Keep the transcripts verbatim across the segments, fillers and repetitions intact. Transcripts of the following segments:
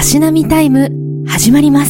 しなみタイム始まります。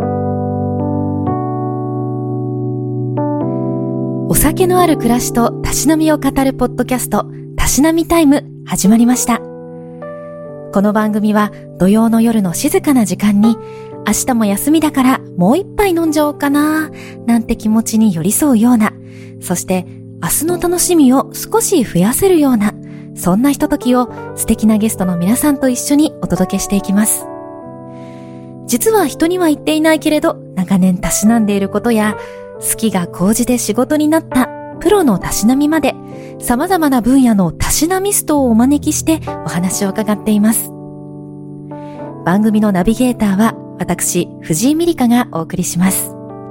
お酒のある暮らしとたしなみを語るポッドキャスト、たしなみタイム始まりました。この番組は土曜の夜の静かな時間に、明日も休みだからもう一杯飲んじゃおうかななんて気持ちに寄り添うような、そして明日の楽しみを少し増やせるような、そんなひとときを素敵なゲストの皆さんと一緒にお届けしていきます。実は人には言っていないけれど長年たしなんでいることや、好きが高じて仕事になったプロのたしなみまで、様々な分野のたしなミストをお招きしてお話を伺っています。番組のナビゲーターは私、藤井美里香がお送りします。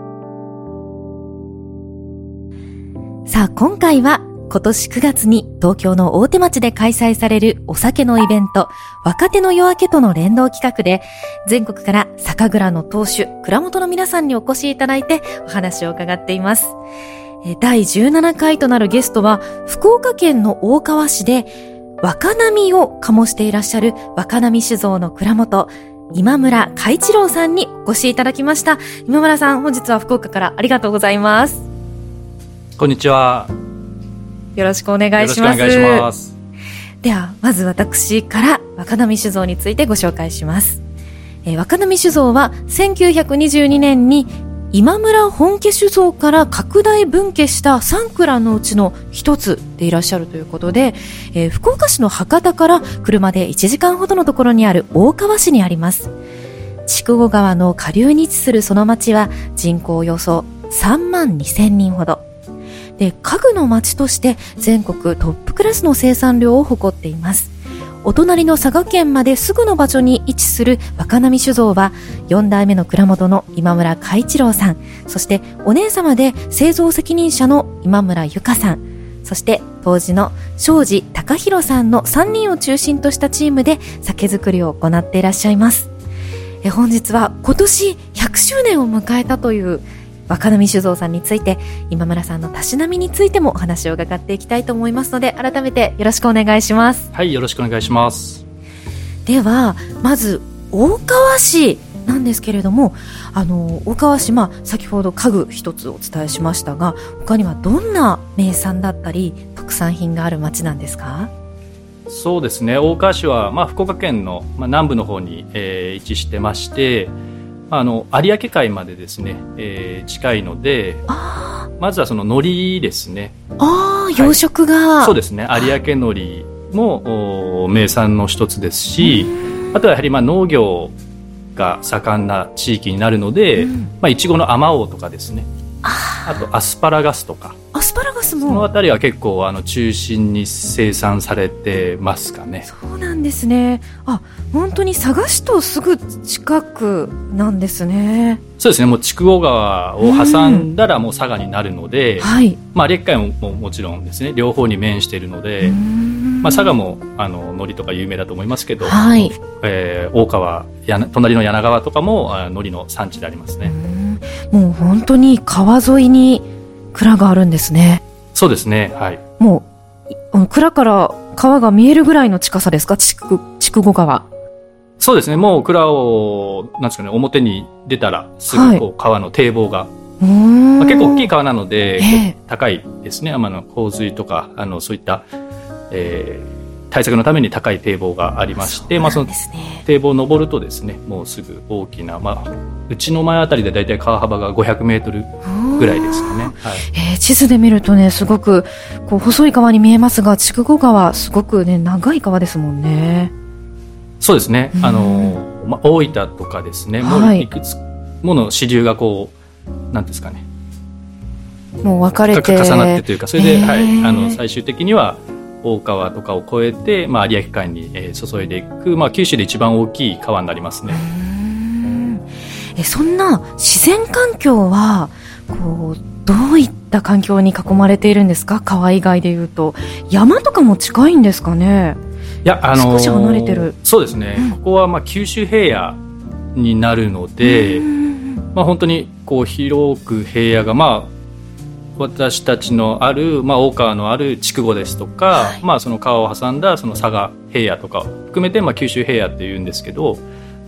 さあ、今回は今年くがつに東京の大手町で開催されるお酒のイベント、若手の夜明けとの連動企画で、全国から酒蔵の当主、蔵元の皆さんにお越しいただいてお話を伺っています。だいじゅうななかいとなるゲストは、福岡県の大川市で若波を醸していらっしゃる若波酒造の蔵元、今村海一郎さんにお越しいただきました。今村さん、本日は福岡からありがとうございます。 こんにちは。 よろしくお願いします。 よろしくお願いします。 では、まず私から若波酒造についてご紹介します。えー、若波酒造はせんきゅうひゃくにじゅうにねんに今村本家酒造から拡大分家したさん蔵のうちの一つでいらっしゃるということで、えー、福岡市の博多から車でいちじかんほどのところにある大川市にあります。筑後川の下流に位置するその町は人口およそさんまんにせんにんほどで、家具の町として全国トップクラスの生産量を誇っています。お隣の佐賀県まですぐの場所に位置する若波酒造はよんだいめの蔵元の今村海一郎さん、そしてお姉様で製造責任者の今村由香さん、そして当時の庄司貴弘さんのさんにんを中心としたチームで酒造りを行っていらっしゃいます。え本日は今年ひゃくしゅうねんを迎えたという若波酒造さんについて、今村さんのたしなみについてもお話を伺っていきたいと思いますので、改めてよろしくお願いします。 はい、よろしくお願いします。 ではまず大川市なんですけれども、あの大川市、まあ、先ほど家具一つお伝えしましたが、他にはどんな名産だったり特産品がある町なんですか？ そうですね、大川市は、まあ、福岡県の、まあ、南部の方に、えー、位置してまして、あの有明海までですね、えー、近いので、あまずはその海苔ですね。 あ、はい、養殖がそうですね、有明海苔も名産の一つですし、あとはやはりまあ農業が盛んな地域になるので、うん、まあ、いちごのあまおうとかですね、 あ, あとアスパラガスとか、 アスパラガスもそのあたりは結構あの中心に生産されてますかね。 そうなんですね。あ、本当に佐賀市とすぐ近くなんですね。 そうですね、もう筑後川を挟んだらもう佐賀になるので、はい、まあ、有明海 も, ももちろんですね、両方に面しているので、まあ、佐賀もあの海苔とか有名だと思いますけど、はい、えー、大川や隣の柳川とかも海苔の産地でありますね。 うん、もう本当に川沿いに蔵があるんですね。 そうですね、はい、 もう蔵から川が見えるぐらいの近さですか？筑後川。 そうですね、もう蔵をなんですかね、表に出たらすぐこう川の堤防が、はい、まあ、結構大きい川なので、えー、高いですね。あの洪水とかあのそういった、えー、対策のために高い堤防がありまして、そ、ね、まあ、その堤防を登るとですね、もうすぐ大きな、まあ、うちの前あたりでだいたい川幅がごひゃくメートルぐらいですかね。はい、 えー、地図で見るとね、すごくこう細い川に見えますが、筑後川すごくね長い川ですもんね。 そうですね、あの、ま、大分とかですね、もういくつもの支流がこうなんですかね、 もう分かれて重なってというか、それで、はい、あの最終的には大川とかを越えて、まあ、有明海に、えー、注いでいく、まあ、九州で一番大きい川になりますね。 うーん、えそんな自然環境はこうどういった環境に囲まれているんですか？川以外でいうと山とかも近いんですかね？ いや、あのー、 少し離れてる。 そうですね、うん、ここはまあ九州平野になるので、まあ、本当にこう広く平野が、まあ、私たちのある、まあ、大川のある筑後ですとか、はい、まあ、その川を挟んだその佐賀平野とかを含めて、まあ、九州平野っていうんですけど、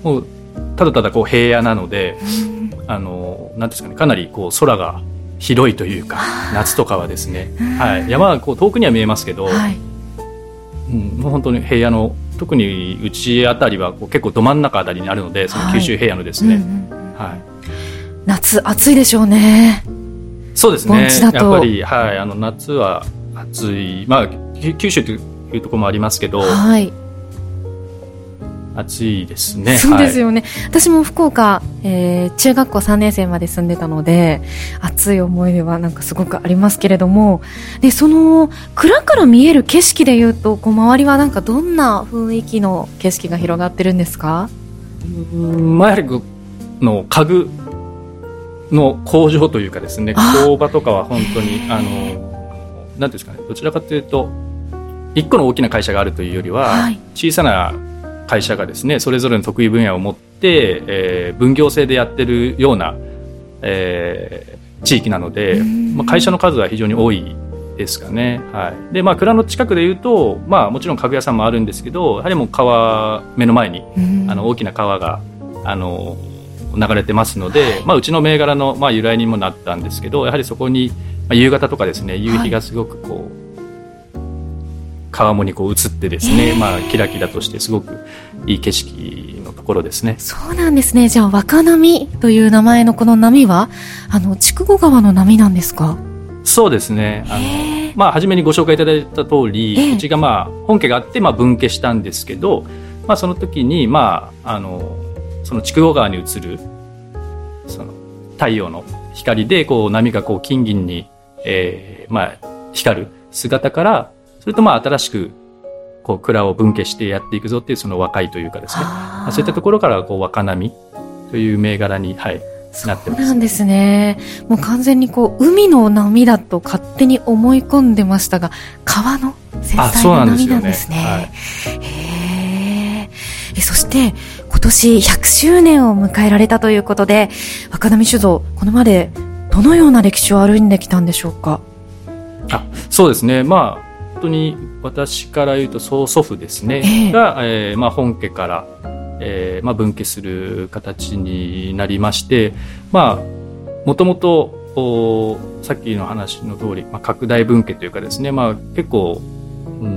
もうただただこう平野なので、あのなんですかね、かなりこう空が広いというか、夏とかはですね、はい、山はこう遠くには見えますけど、はい、うん、もう本当に平野の、特にうちあたりはこう結構ど真ん中あたりにあるので、その九州平野のですね、はい、うんうんはい、 夏暑いでしょうね。 そうですね、やっぱり、はい、あの夏は暑い、まあ、九州というところもありますけど、はい、暑いですね。 そうですよね、はい、私も福岡、えー、中学校さんねん生まで住んでたので、暑い思い出はなんかすごくありますけれども、でその蔵から見える景色でいうと、こう周りはなんかどんな雰囲気の景色が広がってるんですか？ うん、まあ、やはりの家具の工場というかですね、工場とかは本当にあのなんていうんですかね、どちらかというと一個の大きな会社があるというよりは、はい、小さな会社がですね、それぞれの得意分野を持って、えー、分業制でやってるような、えー、地域なので、まあ、会社の数は非常に多いですかね。はい、で、まあ、蔵の近くでいうと、まあ、もちろん家具屋さんもあるんですけど、やはりもう川目の前にあの大きな川があの流れてますので、はい、まあ、うちの銘柄の、まあ、由来にもなったんですけど、やはりそこに、まあ、夕方とかですね、夕日がすごくこう、はい、川面にこう映ってですね、まあ、キラキラとしてすごくいい景色のところですね。 そうなんですね。じゃあ若波という名前のこの波はあの筑後川の波なんですか？ そうですね。あの、まあ、初めにご紹介いただいた通り、うちがまあ本家があって、まあ、分家したんですけど、まあ、その時に、まあ、あのその筑後川に映るその太陽の光でこう波がこう金銀に、えーまあ、光る姿から、それとまあ新しくこう蔵を分家してやっていくぞっていうその若いというかですね、まあ、そういったところからこう若波という銘柄に、はい、なってます。 そうなんですね。もう完全にこう海の波だと勝手に思い込んでましたが、川の繊細な波なんですね。はい、へー。え、そして今年ひゃくしゅうねんを迎えられたということで、若波酒造、これまでどのような歴史を歩んできたんでしょうか？ あ、そうですね。まあ本当に私から言うと曽祖父ですね、えー、が、えーまあ、本家から、えーまあ、分家する形になりまして、まあ、もともとさっきの話の通り、まあ、拡大分家というかですね、まあ、結構、うん、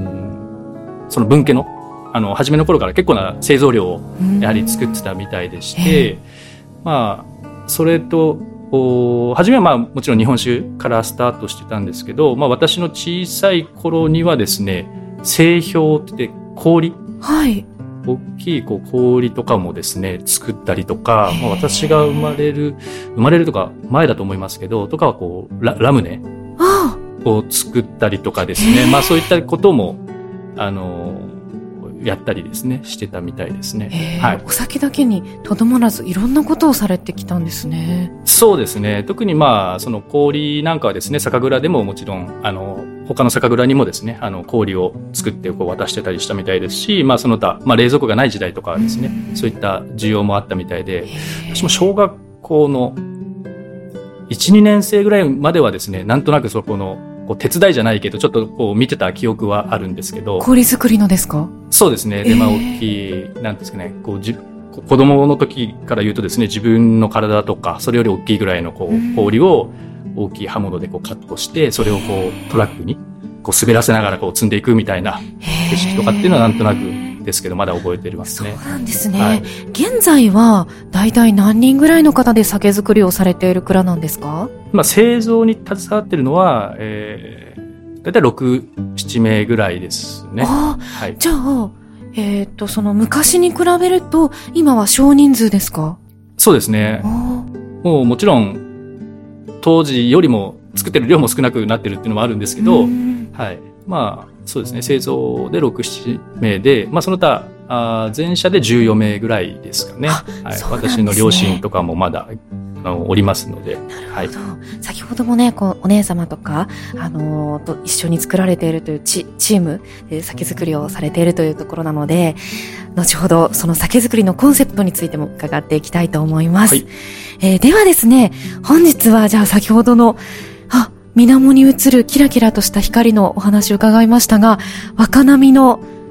その分家のあの初めの頃から結構な製造量をやはり作ってたみたいでして、えーまあ、それと初めはまあもちろん日本酒からスタートしてたんですけど、まあ、私の小さい頃にはですね、製氷って言って氷、はい、大きいこう氷とかもですね作ったりとか、まあ、私が生まれる生まれるとか前だと思いますけど、とかはこう ラ, ラムネを作ったりとかですね、まあ、そういったこともあのやったりですねしてたみたいですね。 はい、お酒だけにとどまらずいろんなことをされてきたんですね。 そうですね。特にまあその氷なんかはですね、酒蔵でももちろんあの他の酒蔵にもですね、あの氷を作ってこう渡してたりしたみたいですし、まあその他、まあ、冷蔵庫がない時代とかはですね、そういった需要もあったみたいで、私も小学校のいち、にねん生ぐらいまではですね、なんとなくそこのこう手伝いじゃないけどちょっとこう見てた記憶はあるんですけど。 氷作りのですか？ そうですね。で、まあ大きい、なんですかね、こうじ子供の時から言うとですね、自分の体とかそれより大きいぐらいのこう氷を大きい刃物でこうカットして、それをこうトラックにこう滑らせながらこう積んでいくみたいな景色とかっていうのはなんとなくですけど、まだ覚えてますね。 そうなんですね。はい、現在はだいたい何人ぐらいの方で酒造りをされている蔵なんですか？ まあ、製造に携わっているのは、えー、だいたいろく、ななめいぐらいですね。 あ、はい、じゃあ、えっと、その昔に比べると今は少人数ですか？ そうですね。もうもちろん当時よりも作ってる量も少なくなってるっていうのもあるんですけど、はい、まあそうですね、製造でろく、ななめいで、まあ、その他あ全社でじゅうよんめいぐらいですかね。はい、私の両親とかもまだあのおりますので。 なるほど。はい、先ほどもね、こうお姉様とかあのー、と一緒に作られているというチ、チームで酒造りをされているというところなので、後ほどその酒造りのコンセプトについても伺っていきたいと思います。はい、えー、ではですね、本日はじゃあ先ほどのあ水面に映るキラキラとした光のお話を伺いましたが、若波の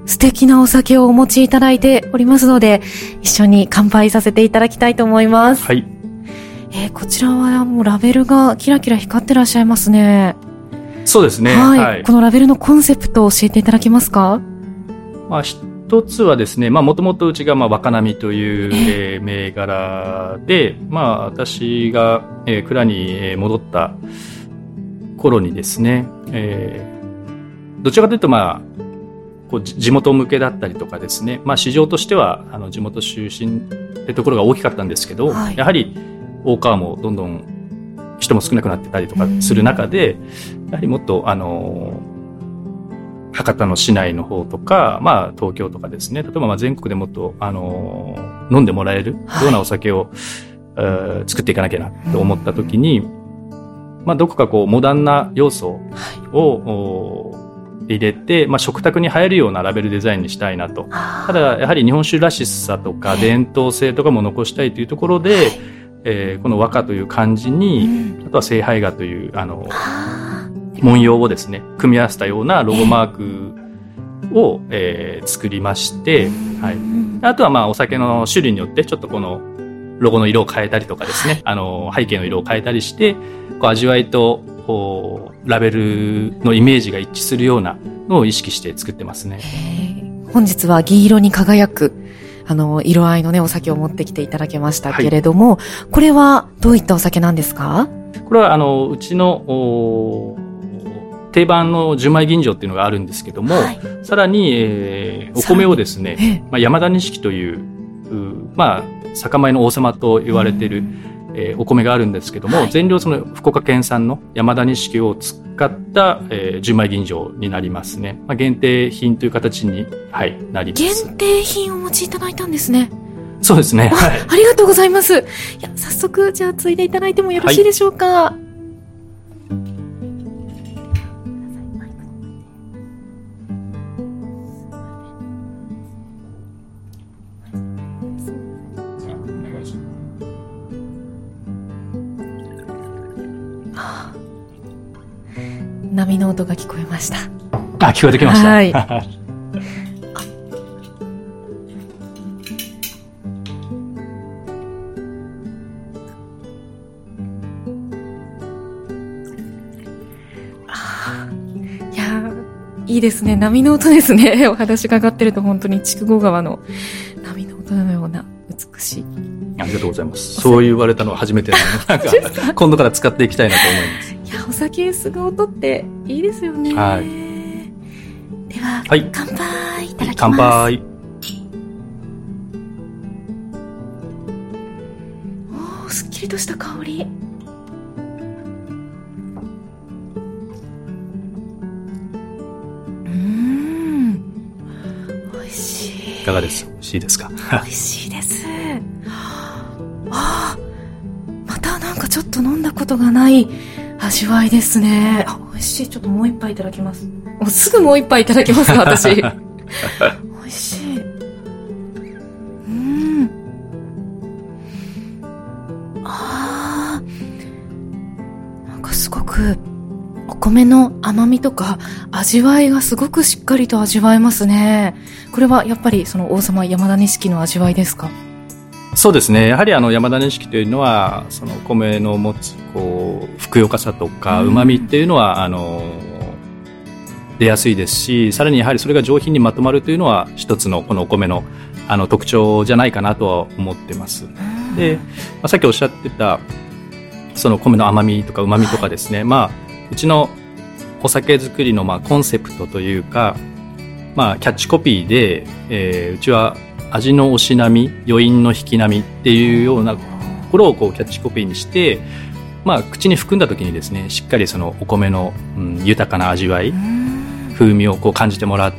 素敵なお酒をお持ちいただいておりますので、一緒に乾杯させていただきたいと思います。 はい。 えー、こちらはもうラベルがキラキラ光ってらっしゃいますね。 そうですね。 はい。 はい、 このラベルのコンセプトを教えていただけますか？ まあ、一つはですね、まあ、もともとうちが、まあ、若波という、えー、銘柄で、まあ、私が、えー、蔵に戻った頃にですね、えー、どちらかというと、まあ、こう地元向けだったりとかですね、まあ、市場としてはあの地元出身ってところが大きかったんですけど、はい、やはり大川もどんどん人も少なくなってたりとかする中で、やはりもっとあの博多の市内の方とか、まあ、東京とかですね、例えばまあ全国でもっとあの飲んでもらえるようなお酒を、はい、作っていかなきゃなと思った時に、まあ、どこかこうモダンな要素を、はい入れて、まあ、食卓に映えるようなラベルデザインにしたいなと。ただやはり日本酒らしさとか伝統性とかも残したいというところで、はいえー、この和歌という漢字に、うん、あとは聖杯画というあの文様をですね組み合わせたようなロゴマークを、えー、作りまして、はい、あとはまあお酒の種類によってちょっとこのロゴの色を変えたりとかですね、あの背景の色を変えたりしてこう味わいとこうラベルのイメージが一致するようなのを意識して作ってますね。 本日は銀色に輝くあの色合いのねお酒を持ってきていただきましたけれども、はい、これはどういったお酒なんですか？ これはあのうちの定番の純米吟醸っていうのがあるんですけども、はい、さらに、えー、お米をですね、まあ、山田錦という、うまあ酒米の王様と言われている、うんえー、お米があるんですけども、はい、全量その福岡県産の山田錦を使った、えー、純米吟醸になりますね。まあ、限定品という形に、はい、なります。 限定品をお持ちいただいたんですね。 そうですね。はい、 ありがとうございます。いや、早速じゃあついでいただいてもよろしいでしょうか。はい波の音が聞こえました。 あ、聞こえてきました。はい。 あいやいいですね。波の音ですね。お話がかってると本当に筑後川の波の音のような美しい。 ありがとうございます。そう言われたのは初めてなので、なんか今度から使っていきたいなと思います。 いや、お酒すぐ音っていいですよね。はい。では、はい、乾杯いただきます。 乾杯。 おー、すっきりとした香り。うーん、美味しい。 いかがです？美味しいですか？ 美味しいです。あー、またなんかちょっと飲んだことがない味わいですね。あ、美味しい。ちょっともう一杯いただきます。もうすぐもう一杯いただきますか、私。美味しい。うん。あー、なんかすごくお米の甘みとか味わいがすごくしっかりと味わえますね。これはやっぱりその王様山田錦の味わいですか？ そうですね。やはりあの山田錦というのはその米の持つこうふくよかさとかうまみっていうのは、うん、あの出やすいですし、さらにやはりそれが上品にまとまるというのは一つのこのお米のあの特徴じゃないかなとは思ってます。うん、で、まあ、さっきおっしゃってたその米の甘みとかうまみとかですね、はい、まあうちのお酒作りのまあコンセプトというか、まあキャッチコピーで、えー、うちは味のおしなみ、余韻の引きなみっていうようなところをこうキャッチコピーにして、まあ、口に含んだ時にですね、しっかりそのお米の、うん、豊かな味わい、風味をこう感じてもらって、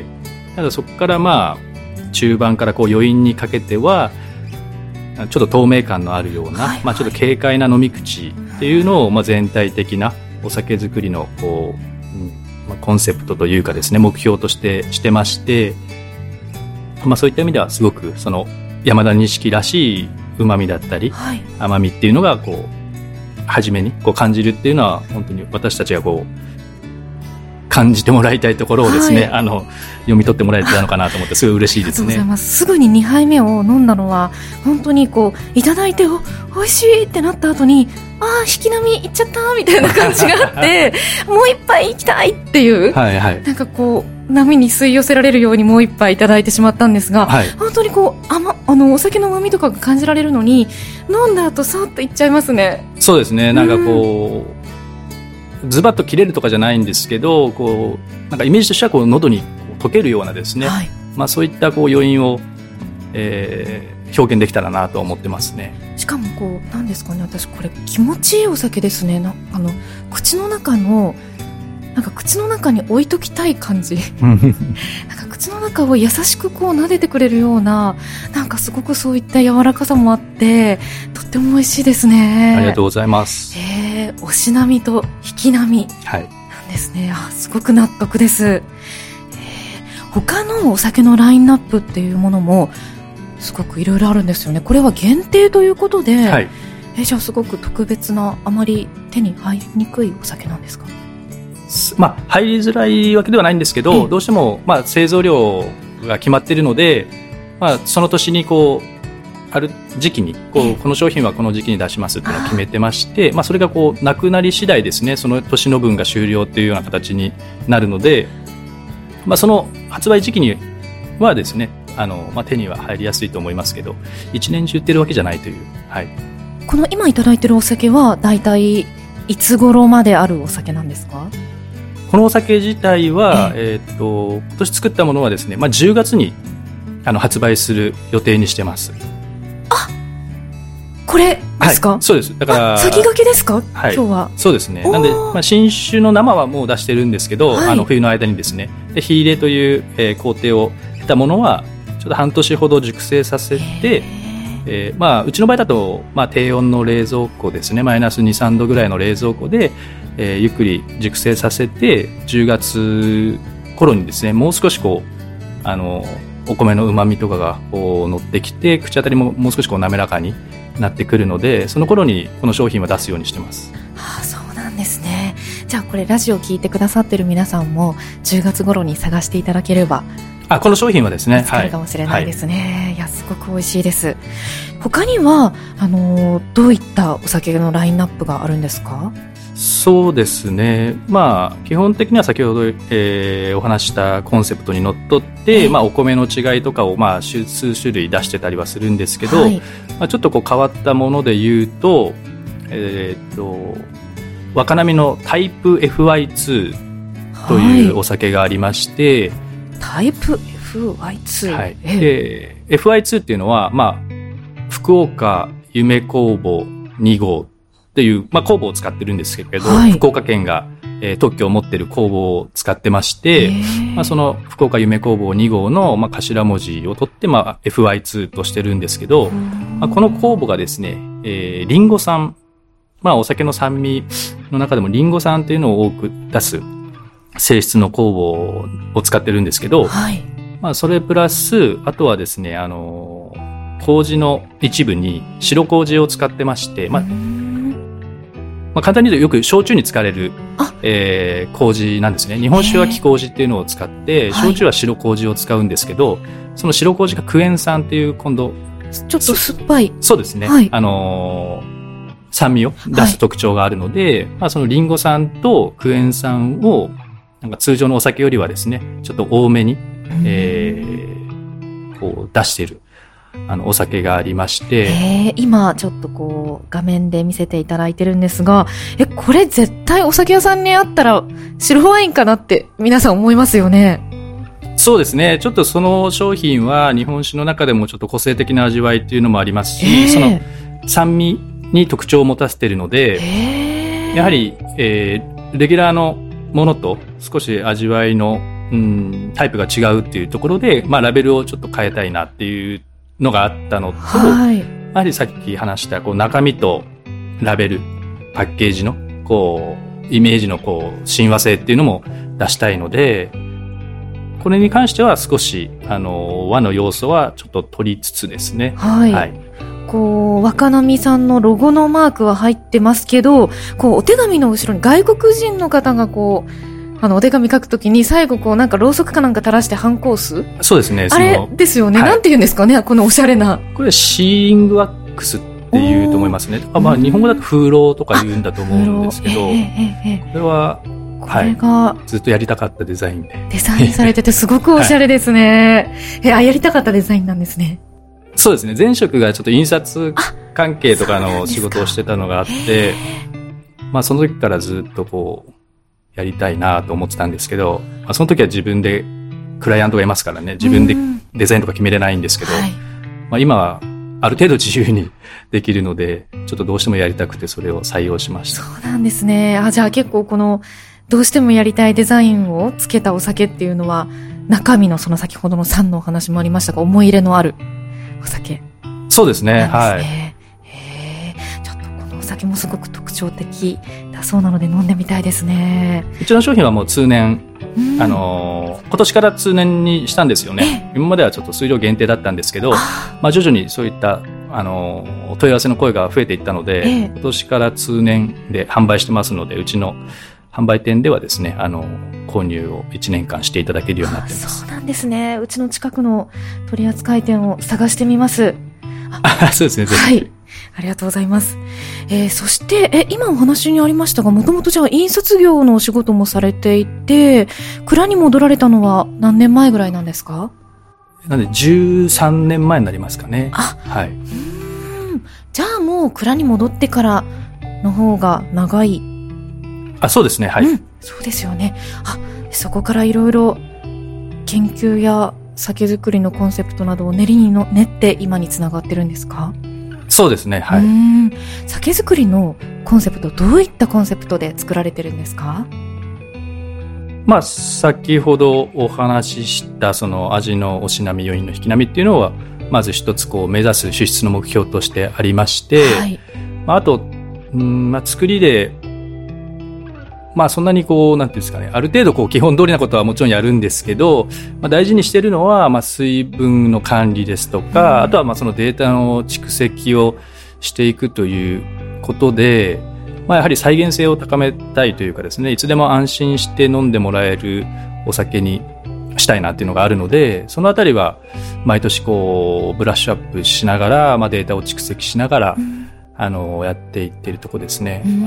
ただそこからまあ中盤からこう余韻にかけてはちょっと透明感のあるような、はいはい、まあ、ちょっと軽快な飲み口っていうのを、まあ、全体的なお酒作りのこう、うんまあ、コンセプトというかですね、目標としてしてまして、まあ、そういった意味ではすごくその山田錦らしい旨味だったり、はい、甘みっていうのがこう初めにこう感じるっていうのは本当に私たちがこう感じてもらいたいところをですね、はい、あの読み取ってもらえたのかなと思ってすごい嬉しいですね。ありがとうございます。 すぐににはいめを飲んだのは本当にこういただいてお美味しいってなった後にああ引き波いっちゃったみたいな感じがあってもう一杯行きたいっていう、はいはい、なんかこう波に吸い寄せられるようにもう一杯いただいてしまったんですが、はい、本当にこう甘あのお酒の旨味とかが感じられるのに飲んだ後さっといっちゃいますね。 そうですね。なんかこう、うん、ズバッと切れるとかじゃないんですけど、こうなんかイメージとしてはこう喉に溶けるようなですね、はい、まあ、そういったこう余韻を、えー、表現できたらなと思ってますね。 しかもこうなんですかね、私これ気持ちいいお酒ですね。なあの口の中のなんか口の中に置いときたい感じなんか口の中を優しくこう撫でてくれるような、なんかすごくそういった柔らかさもあってとっても美味しいですね。 ありがとうございます。 えー、おしなみと引き波なんですね、はい、あすごく納得です。えー、他のお酒のラインナップっていうものもすごくいろいろあるんですよね。これは限定ということで、はい、えー、じゃあすごく特別なあまり手に入りにくいお酒なんですか？ まあ、入りづらいわけではないんですけど、どうしても、まあ、製造量が決まっているので、まあ、その年にこうある時期にこうこの商品はこの時期に出しますっていうのを決めてまして、まあ、それがこうなくなり次第ですね、その年の分が終了というような形になるので、まあ、その発売時期にはですね、あの、まあ、手には入りやすいと思いますけど、一年中売ってるわけじゃないという、はい、この今いただいているお酒はだいたいいつ頃まであるお酒なんですか？ このお酒自体は、えー、っと今年作ったものはですね、まあ、じゅうがつにあの発売する予定にしてます。 あ、これですか？ はい、そうです。だから先駆けですか？はい、今日はそうですね。なんで、まあ、新酒の生はもう出してるんですけど、はい、あの冬の間にですね、で火入れという、えー、工程を経たものはちょっと半年ほど熟成させて、えーまあ、うちの場合だと、まあ、低温の冷蔵庫ですね、マイナスに、さんどぐらいの冷蔵庫でえー、ゆっくり熟成させてじゅうがつ頃にですね、もう少しこうあのお米の旨味とかがこう乗ってきて、口当たりももう少しこう滑らかになってくるので、その頃にこの商品は出すようにしてます。 はあ、そうなんですね。じゃあこれラジオ聞いてくださってる皆さんもじゅうがつ頃に探していただければ、 あ、この商品はですね、 使えるかもしれないですね、はい、いやすごく美味しいです。他にはあのどういったお酒のラインナップがあるんですか？ そうですね、まあ、基本的には先ほど、えー、お話したコンセプトにのっとって、えーまあ、お米の違いとかを、まあ、数種類出してたりはするんですけど、はい、まあ、ちょっとこう変わったもので言うと、えー、っと若波のタイプ エフワイツー というお酒がありまして、 はい、タイプ エフワイツー、 はい、で エフワイツー っていうのは、まあ、福岡夢工房に号という、まあ、工房を使ってるんですけど、はい、福岡県が、えー、特許を持っている工房を使ってまして、まあ、その福岡夢工房に号の、まあ、頭文字を取って、まあ、エフワイツー としてるんですけど、まあ、この工房がですね、えー、リンゴ酸、まあ、お酒の酸味の中でもリンゴ酸というのを多く出す性質の工房を使ってるんですけど、はい、まあ、それプラスあとはですね、あの麹の一部に白麹を使ってまして、まあまあ、簡単に言うとよく焼酎に使われる、えー、麹なんですね。日本酒は黄麹っていうのを使って、焼酎は白麹を使うんですけど、はい、その白麹がクエン酸っていう今度ちょっと酸っぱい、 そうですね、はい、あのー、酸味を出す特徴があるので、はい、まあ、そのリンゴ酸とクエン酸をなんか通常のお酒よりはですねちょっと多めに、えー、こう出しているあのお酒がありまして、 えー、今ちょっとこう画面で見せていただいてるんですが、えこれ絶対お酒屋さんにあったら白ワインかなって皆さん思いますよね。 そうですね、ちょっとその商品は日本酒の中でもちょっと個性的な味わいっていうのもありますし、えー、その酸味に特徴を持たせているので、えー、やはり、えー、レギュラーのものと少し味わいの、うん、タイプが違うっていうところで、まあ、ラベルをちょっと変えたいなっていうのがあったのと、はい、やはりさっき話したこう中身とラベルパッケージのこうイメージのこう親和性っていうのも出したいので、これに関しては少しあの和の要素はちょっと取りつつですね、 はいはい、こう若波さんのロゴのマークは入ってますけど、こうお手紙の後ろに外国人の方がこうあの、お手紙書くときに最後こうなんかろうそくかなんか垂らしてハンコ押す？ そうですね。 あれですよね。はい、なんて言うんですかね、このおしゃれな。 これシーリングワックスっていうと思いますね。あ、まあ日本語だと風浪とか言うんだと思うんですけど、これは、 これが、 はい、ずっとやりたかったデザインで。 デザインされててすごくおしゃれですね。はい、え、あ、やりたかったデザインなんですね。 そうですね。前職がちょっと印刷関係とかの仕事をしてたのがあって、まあその時からずっとこう、やりたいなと思ってたんですけど、まあ、その時は自分で、クライアントがいますからね、自分でデザインとか決めれないんですけど、はい、まあ今はある程度自由にできるので、ちょっとどうしてもやりたくてそれを採用しました。 そうなんですね。あ、じゃあ結構この、どうしてもやりたいデザインをつけたお酒っていうのは、中身のその先ほどのさんのお話もありましたが、思い入れのあるお酒。 そうですね。はい。 へー、ちょっとこのお酒もすごく特徴的だそうなので飲んでみたいですね。 うちの商品はもう通年、あのー、今年から通年にしたんですよね。今まではちょっと数量限定だったんですけど、あまあ徐々にそういった、あのー、問い合わせの声が増えていったので、え今年から通年で販売してますので、うちの販売店ではですね、あの、購入をいちねんかんしていただけるようになっています。 そうなんですね。うちの近くの取扱店を探してみます。 あ、そうですね。 はい。ありがとうございます。えー、そして、え、今お話にありましたが、もともとじゃあ印刷業のお仕事もされていて、蔵に戻られたのは何年前ぐらいなんですか？ なんでじゅうさんねんまえになりますかね。 あ、 はい。 うーん。じゃあもう蔵に戻ってからの方が長い。 あ、そうですね。はい。 うん、そうですよね。あ、そこからいろいろ研究や酒造りのコンセプトなどを練りにの練って今につながってるんですか？ そうですね。はい。 うーん。酒造りのコンセプト、どういったコンセプトで作られてるんですか？ まあ、先ほどお話ししたその味のおしなみ、余韻の引き並みっていうのは、まず一つこう目指す主質の目標としてありまして、はい、まあ、あと、うんまあ、作りで、まあそんなにこう、なんていうんですかね、ある程度こう基本通りなことはもちろんやるんですけど、まあ大事にしてるのは、まあ水分の管理ですとか、うん、あとはまあそのデータの蓄積をしていくということで、まあやはり再現性を高めたいというかですね、いつでも安心して飲んでもらえるお酒にしたいなっていうのがあるので、そのあたりは毎年こうブラッシュアップしながら、まあデータを蓄積しながら、うん、あの、やっていっているところですね。うん、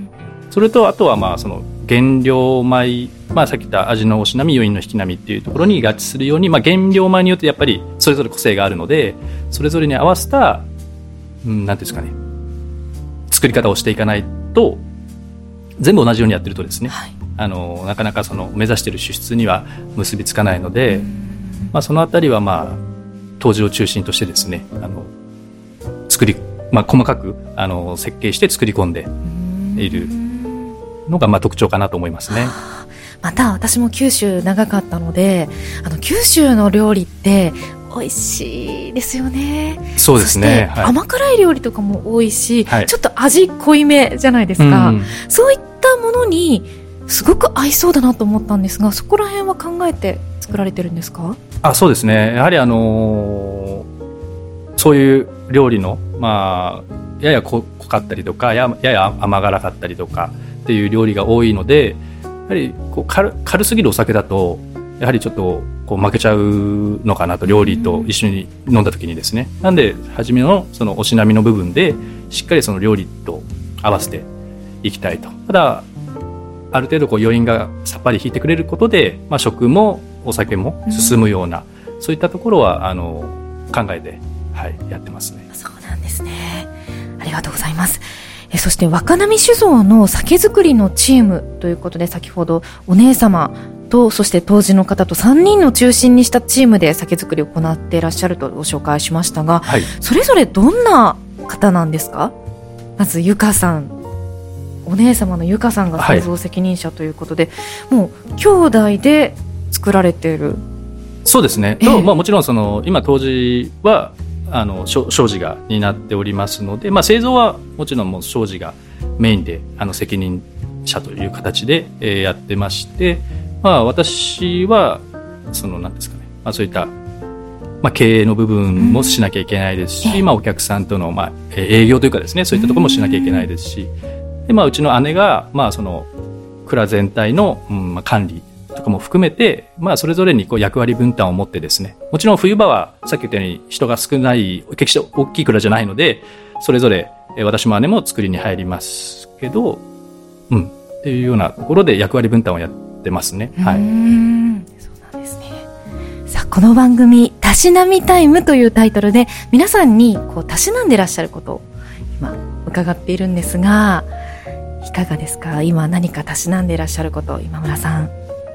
それとあとはまあその原料米、まあさっき言った味のおしなみ、余韻の引き並みっていうところに合致するように、まあ原料米によってやっぱりそれぞれ個性があるので、それぞれに合わせた、うん、なんていうんですかね、作り方をしていかないと、全部同じようにやってるとですね、はい、あの、なかなかその目指している主質には結びつかないので、まあそのあたりはまあ、杜氏を中心としてですね、あの、作り、まあ細かく、あの、設計して作り込んでいるのがまあ特徴かなと思いますね。 また私も九州長かったので、あの九州の料理って美味しいですよね。 そうですね。 そして甘辛い料理とかも多いし、はい、ちょっと味濃いめじゃないですか、うん、そういったものにすごく合いそうだなと思ったんですが、そこら辺は考えて作られてるんですか？ あ、そうですね。やはりあのー、そういう料理のまあやや濃かったりとか、ややや甘辛かったりとかっていう料理が多いので、やはりこう 軽, 軽すぎるお酒だとやはりちょっとこう負けちゃうのかなと、料理と一緒に飲んだ時にですね。なんで初めのそのおしなみの部分でしっかりその料理と合わせていきたいと。ただある程度こう余韻がさっぱり引いてくれることで、まあ、食もお酒も進むような、うん、そういったところはあの考えて、はい、やってますね。 そうなんですね。ありがとうございます。えそして若波酒造の酒造りのチームということで、先ほどお姉様とそして杜氏の方とさんにんの中心にしたチームで酒造りを行っていらっしゃるとご紹介しましたが、はい、それぞれどんな方なんですか？まずゆかさん、お姉様のゆかさんが製造責任者ということで、はい、もう兄弟で作られている。 そうですね、えーまあ、もちろんその今杜氏はあの庄司が担っておりますので、まあ、製造はもちろんもう庄司がメインであの責任者という形で、えー、やってまして、まあ、私はそのなんですかね、まあ、そういった、まあ、経営の部分もしなきゃいけないですし、うんまあ、お客さんとの、まあ、営業というかですね、そういったところもしなきゃいけないですし、で、まあ、うちの姉が、まあ、その蔵全体の、うんまあ、管理とかも含めて、まあ、それぞれにこう役割分担を持ってですね、もちろん冬場はさっき言ったように人が少ない決して大きい蔵じゃないので、それぞれ私も姉も作りに入りますけど、うんっていうようなところで役割分担をやってますね。はい。うーん、そうなんですね。さあ、この番組たしなみタイムというタイトルで皆さんにこうたしなんでらっしゃることを今伺っているんですが、いかがですか？今何かたしなんでいらっしゃること、今村さん。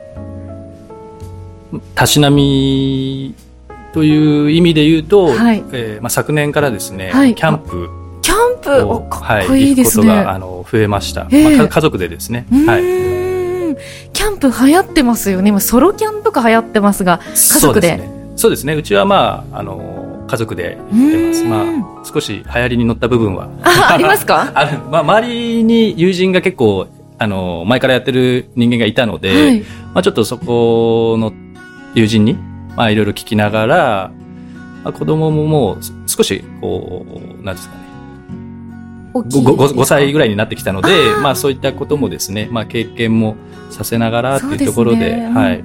たしなみという意味で言うと、はい、えーまあ、昨年からですね、はい、キャンプキャンプおかっこいいですね。 はい、行くことがあの増えました。えーまあ、家族でですね。はい。 キャンプ流行ってますよね。今ソロキャンとか流行ってますが、家族で。 そうですね。そうですね。うちはまああの家族で行ってます。まあ少し流行りに乗った部分はあ, ありますか？ ある。まあ周りに友人が結構あの前からやってる人間がいたので、はい、まあちょっとそこの友人にまあいろいろ聞きながら、まあ、子供ももう少しこうなんですかね。ご, ご, ごさいぐらいになってきたので、あまあそういったこともですね、まあ経験もさせながらっていうところで、でね、はい、うん、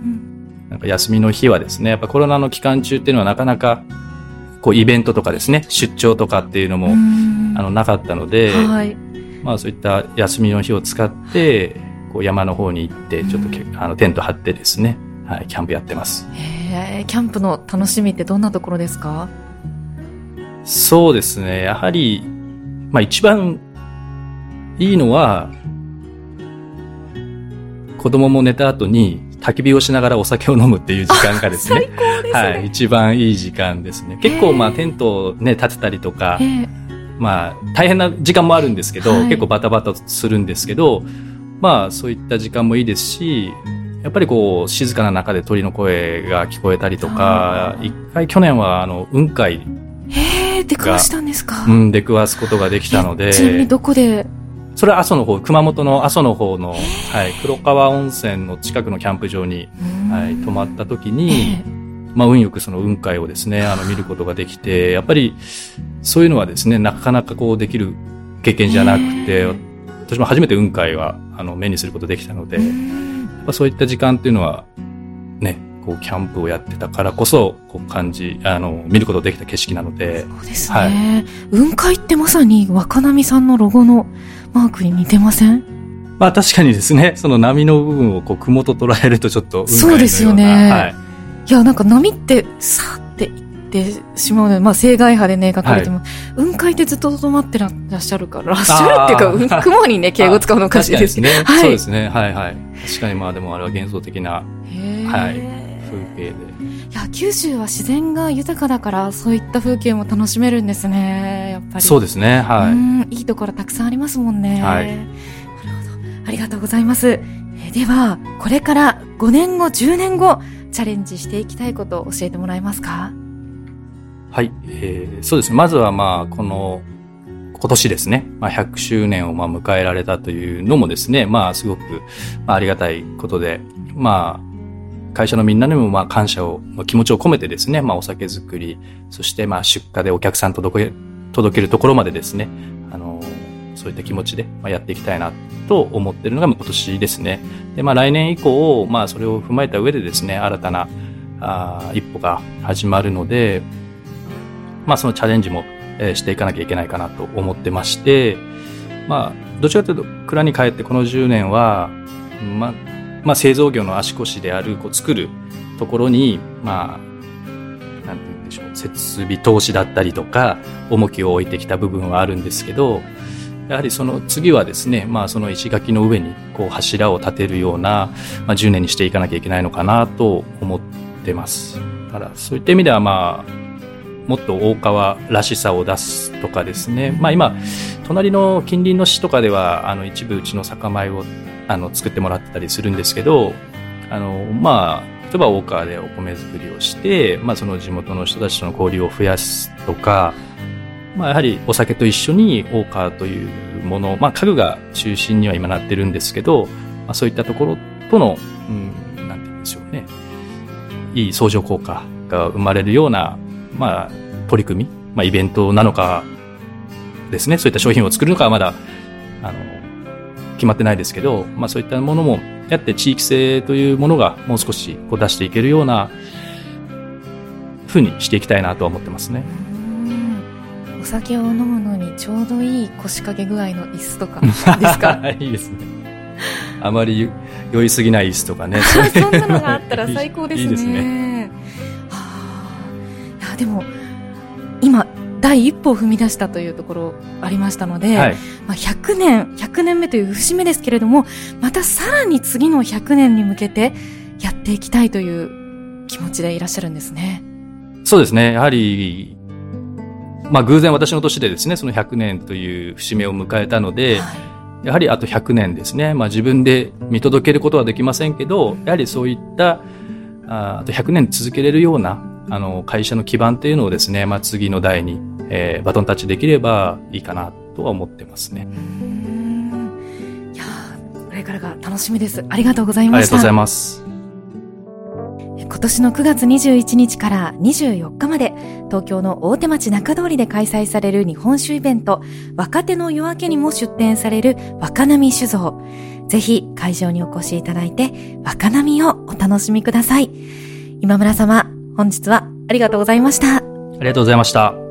なんか休みの日はですね、やっぱコロナの期間中っていうのはなかなかこうイベントとかですね、出張とかっていうのもあのなかったので、はい、まあそういった休みの日を使ってこう山の方に行ってちょっとあのテント張ってですね、はい、キャンプやってます。 へー、キャンプの楽しみってどんなところですか？ そうですね、やはりまあ一番いいのは子供も寝た後に焚き火をしながらお酒を飲むっていう時間がですね。 最高ですね。 はい、一番いい時間ですね。結構まあテントをね立てたりとか、まあ大変な時間もあるんですけど、はい、結構バタバタするんですけど、まあそういった時間もいいですし、やっぱりこう静かな中で鳥の声が聞こえたりとか、一回去年はあの雲海へー、出くわしたんですか？ うん、出くわすことができたので。 ちなみにどこで？ それは阿蘇の方、熊本の阿蘇の方の、はい、黒川温泉の近くのキャンプ場に、はい、泊まった時に、まあ運よくその雲海をですね、あの見ることができて、やっぱりそういうのはですね、なかなかこうできる経験じゃなくて、私も初めて雲海はあの目にすることできたので、やっぱそういった時間っていうのはね、こうキャンプをやってたからこそこう感じあの見ることができた景色なので。 そうですね、はい、雲海ってまさに若波さんのロゴのマークに似てません？ まあ確かにですね、その波の部分をこう雲と捉えるとちょっと雲海のような。 そうですよね、はい、いやなんか波ってさーっていってしまうので、まあ青外波でね描かれても、はい、雲海ってずっと止まってらっしゃるかららっしゃるっていうか雲にね敬語使うのおかしいですね。 はい、そうですね、はいはい、確かにまあでもあれは幻想的な、はい、風景で。 いや九州は自然が豊かだからそういった風景も楽しめるんですね。やっぱりそうですね、はい、うん、 いいところたくさんありますもんね。 はい、なるほど、ありがとうございます。えではこれからごねんごじゅうねんごチャレンジしていきたいことを教えてもらえますか？ はい、えー、そうですね、まずはまあこの今年ですね、まあ、ひゃくしゅうねんをまあ迎えられたというのもですね、まあすごくまあありがたいことで、まあ会社のみんなにもまあ感謝を気持ちを込めてですね、まあお酒作り、そしてまあ出荷でお客さん届け届けるところまでですね、あのそういった気持ちでまあやっていきたいなと思っているのが今年ですね。でまあ来年以降まあそれを踏まえた上でですね、新たなあ一歩が始まるので、まあそのチャレンジも、えー、していかなきゃいけないかなと思ってまして、まあどちらかというと蔵に帰ってこのじゅうねんはまあまあ、製造業の足腰であるこう作るところに、まあ、なんて言うんでしょう、設備投資だったりとか重きを置いてきた部分はあるんですけど、やはりその次はですね、まあ、その石垣の上にこう柱を立てるような、まあ、じゅうねんにしていかなきゃいけないのかなと思ってます。だからそういった意味では、まあ、もっと大川らしさを出すとかですね、まあ、今隣の近隣の市とかではあの一部うちの酒米をあの作ってもらってたりするんですけど、あのまあ例えば大川でお米作りをして、まあ、その地元の人たちとの交流を増やすとか、まあ、やはりお酒と一緒に大川というもの、まあ、家具が中心には今なってるんですけど、まあ、そういったところとの、うん、なんて言うんでしょうね、いい相乗効果が生まれるような、まあ、取り組み、まあ、イベントなのかですね、そういった商品を作るのかはまだあの決まってないですけど、まあそういったものもやって地域性というものがもう少しこう出していけるような風にしていきたいなとは思ってますね。 うん、お酒を飲むのにちょうどいい腰掛け具合の椅子とかですか？ いいですね。あまり酔いすぎない椅子とかね。 そんなのがあったら最高ですね。 いいですね。 はあ、いやでも今第一歩を踏み出したというところありましたので、はい、まあ、ひゃくねんひゃくねんめという節目ですけれども、またさらに次のひゃくねんに向けてやっていきたいという気持ちでいらっしゃるんですね。 そうですね。やはりまあ偶然私の年でですね、そのひゃくねんという節目を迎えたので、はい、やはりあとひゃくねんですね。まあ自分で見届けることはできませんけど、やはりそういったあ, あとひゃくねん続けれるようなあの会社の基盤というのをですね、まあ次の代に、えー、バトンタッチできればいいかなとは思ってますね。 うーん、いやこれからが楽しみです。ありがとうございました。 ありがとうございます。 今年のくがつにじゅういちにちからにじゅうよっかまで東京の大手町中通りで開催される日本酒イベント若手の夜明けにも出展される若波酒造、ぜひ会場にお越しいただいて若波をお楽しみください。今村様、本日はありがとうございました。 ありがとうございました。